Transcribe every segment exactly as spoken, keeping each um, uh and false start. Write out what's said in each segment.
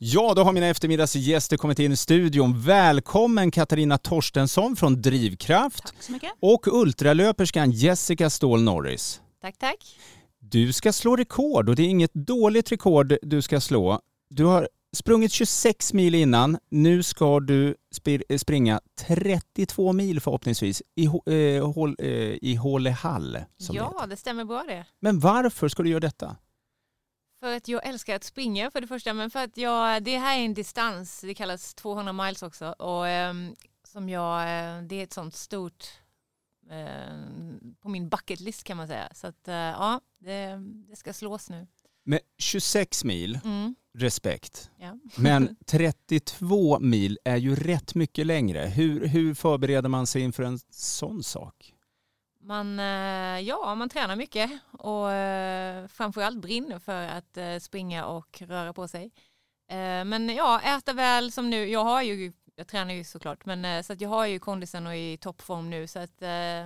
Ja, då har mina eftermiddagsgäster kommit in i studion. Välkommen Katarina Torstensson från Drivkraft. Tack så mycket. Och ultralöperskan Jessica Ståhl Norris. Tack, tack. Du ska slå rekord och det är inget dåligt rekord du ska slå. Du har sprungit tjugosex mil innan. Nu ska du spir- springa trettiotvå mil förhoppningsvis i, eh, hål, eh, i Hålehall. Som Ja, det, det stämmer bra det. Men varför ska du göra detta? För att jag älskar att springa för det första, men för att jag, det här är en distans, det kallas tvåhundra miles också. Och eh, som jag, det är ett sånt stort eh, på min bucket list kan man säga. Så att eh, ja, det, det ska slås nu. Med tjugosex mil, mm. respekt. Ja. Men trettiotvå mil är ju rätt mycket längre. Hur, hur förbereder man sig inför en sån sak? Man, ja, man tränar mycket och framförallt brinner för att springa och röra på sig. Men ja, äta väl som nu. Jag har ju, jag tränar ju såklart, men så att jag har ju kondisen och är i toppform nu. Så att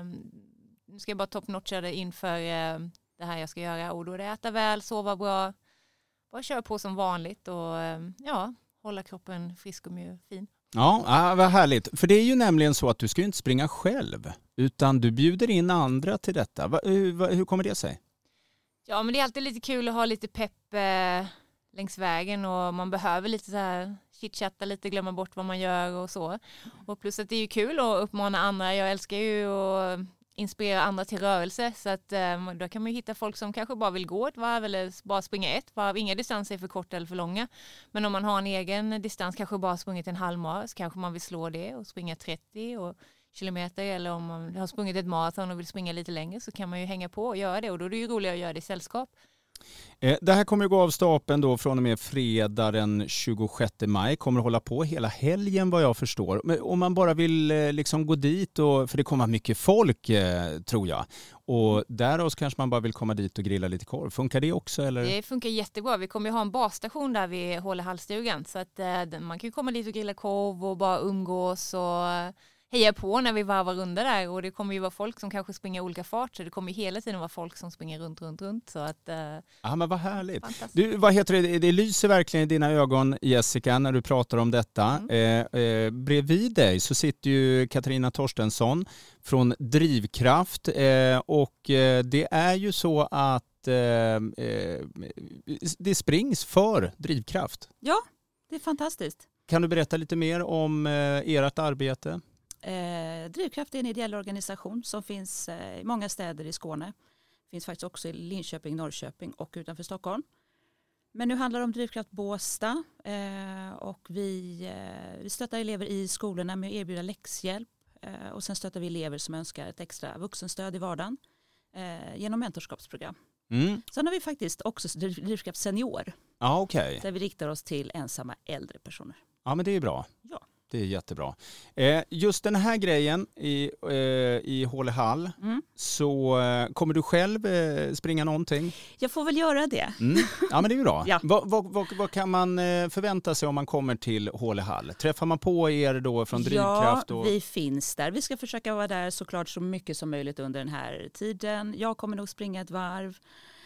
nu ska jag bara toppnotcha det inför det här jag ska göra. Och då är det äta väl, sova bra, bara köra på som vanligt och ja, hålla kroppen frisk och fin. Ja, vad härligt. För det är ju nämligen så att du ska ju inte springa själv, utan du bjuder in andra till detta. Va, hur, hur kommer det sig? Ja, men det är alltid lite kul att ha lite pepp eh, längs vägen och man behöver lite så här chitchatta lite, glömma bort vad man gör och så. Och plus att det är ju kul att uppmana andra. Jag älskar ju att inspirera andra till rörelse, så att eh, då kan man ju hitta folk som kanske bara vill gå ett varv eller bara springa ett varv. Inga distanser är för korta eller för långa. Men om man har en egen distans, kanske bara sprungit en halvmara, så kanske man vill slå det och springa trettio och kilometer, eller om man har sprungit ett maraton och vill springa lite längre så kan man ju hänga på och göra det, och då är det ju roligare att göra det i sällskap. Det här kommer att gå av stapeln då från och med fredag den tjugosjätte maj. Kommer att hålla på hela helgen vad jag förstår. Men om man bara vill liksom gå dit, och, för det kommer mycket folk tror jag. Och därav kanske man bara vill komma dit och grilla lite korv. Funkar det också? Eller? Det funkar jättebra. Vi kommer ju ha en basstation där vid Hålehallstugan. Så att man kan ju komma dit och grilla korv och bara umgås och heja på när vi varvar runt där, och det kommer ju vara folk som kanske springer olika fart, så det kommer hela tiden vara folk som springer runt, runt, runt. Så att, eh, ja, men vad härligt. Du, vad heter det? Det lyser verkligen i dina ögon, Jessica, när du pratar om detta. Mm. Eh, eh, bredvid dig så sitter ju Katarina Torstensson från Drivkraft eh, och eh, det är ju så att eh, eh, det springs för Drivkraft. Ja, det är fantastiskt. Kan du berätta lite mer om eh, ert arbete? Eh, Drivkraft är en ideell organisation som finns eh, i många städer i Skåne. Finns faktiskt också i Linköping, Norrköping och utanför Stockholm. Men nu handlar det om Drivkraft Båstad eh, och vi, eh, vi stöttar elever i skolorna med att erbjuda läxhjälp eh, och sen stöttar vi elever som önskar ett extra vuxenstöd i vardagen eh, genom mentorskapsprogram. Mm. Sen har vi faktiskt också Drivkraft Senior. Ah, okay. Där vi riktar oss till ensamma äldre personer. Ja, men det är bra. Ja. Det är jättebra. Eh, just den här grejen i, eh, i Hålehall, mm. så eh, kommer du själv eh, springa någonting? Jag får väl göra det. Mm. Ja, men det är ju bra. Ja. Vad, vad, vad, vad kan man eh, förvänta sig om man kommer till Hålehall? Träffar man på er då från Drivkraft? Ja, och... vi finns där. Vi ska försöka vara där såklart så mycket som möjligt under den här tiden. Jag kommer nog springa ett varv.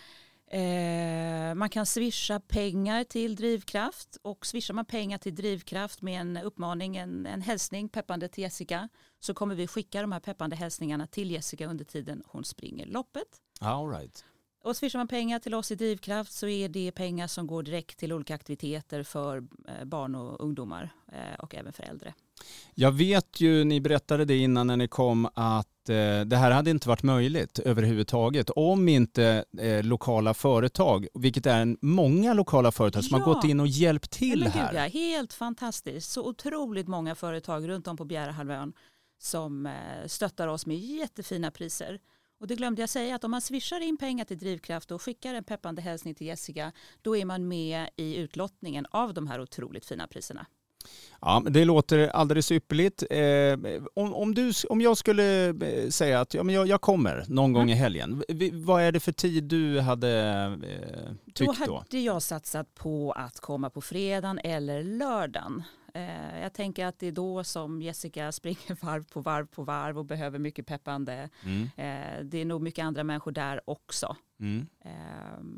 Eh, man kan swisha pengar till Drivkraft, och swishar man pengar till Drivkraft med en uppmaning, en, en hälsning peppande till Jessica, så kommer vi skicka de här peppande hälsningarna till Jessica under tiden hon springer loppet. All right. Och swishar man pengar till oss i Drivkraft så är det pengar som går direkt till olika aktiviteter för eh, barn och ungdomar eh, och även för äldre. Jag vet ju, ni berättade det innan när ni kom, att eh, det här hade inte varit möjligt överhuvudtaget om inte eh, lokala företag, vilket är en, många lokala företag som ja. har gått in och hjälpt till ja, här. Gud, ja, helt fantastiskt. Så otroligt många företag runt om på Bjärehalvön som eh, stöttar oss med jättefina priser. Och det glömde jag säga, att om man swishar in pengar till Drivkraft och skickar en peppande hälsning till Jessica, då är man med i utlottningen av de här otroligt fina priserna. Ja, det låter alldeles ypperligt. Eh, om, om, du, om jag skulle säga att ja, men jag, jag kommer någon gång mm. i helgen, v, vad är det för tid du hade eh, tyckt då? Då hade jag satsat på att komma på fredagen eller lördagen. Eh, jag tänker att det är då som Jessica springer varv på varv på varv och behöver mycket peppande. Mm. Eh, det är nog mycket andra människor där också. Mm. Eh,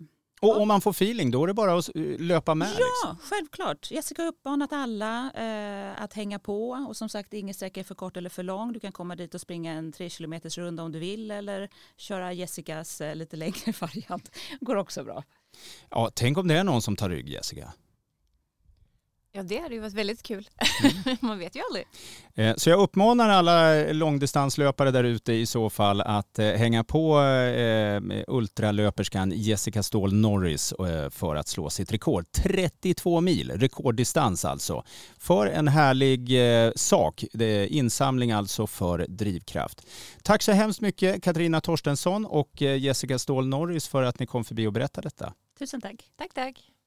Och om man får feeling, då är det bara att löpa med. Ja, liksom. Självklart. Jessica har uppmanat alla eh, att hänga på. Och som sagt, ingen sträcka är för kort eller för lång. Du kan komma dit och springa en tre kilometers runda om du vill. Eller köra Jessicas eh, lite längre variant. Går också bra. Ja, tänk om det är någon som tar rygg, Jessica. Ja, det hade ju varit väldigt kul. Mm. Man vet ju aldrig. Så jag uppmanar alla långdistanslöpare där ute i så fall att hänga på ultralöperskan Jessica Ståhl Norris för att slå sitt rekord. trettiotvå mil, rekorddistans alltså. För en härlig sak, insamling alltså för Drivkraft. Tack så hemskt mycket Katarina Torstensson och Jessica Ståhl Norris för att ni kom förbi och berättade detta. Tusen tack. Tack, tack.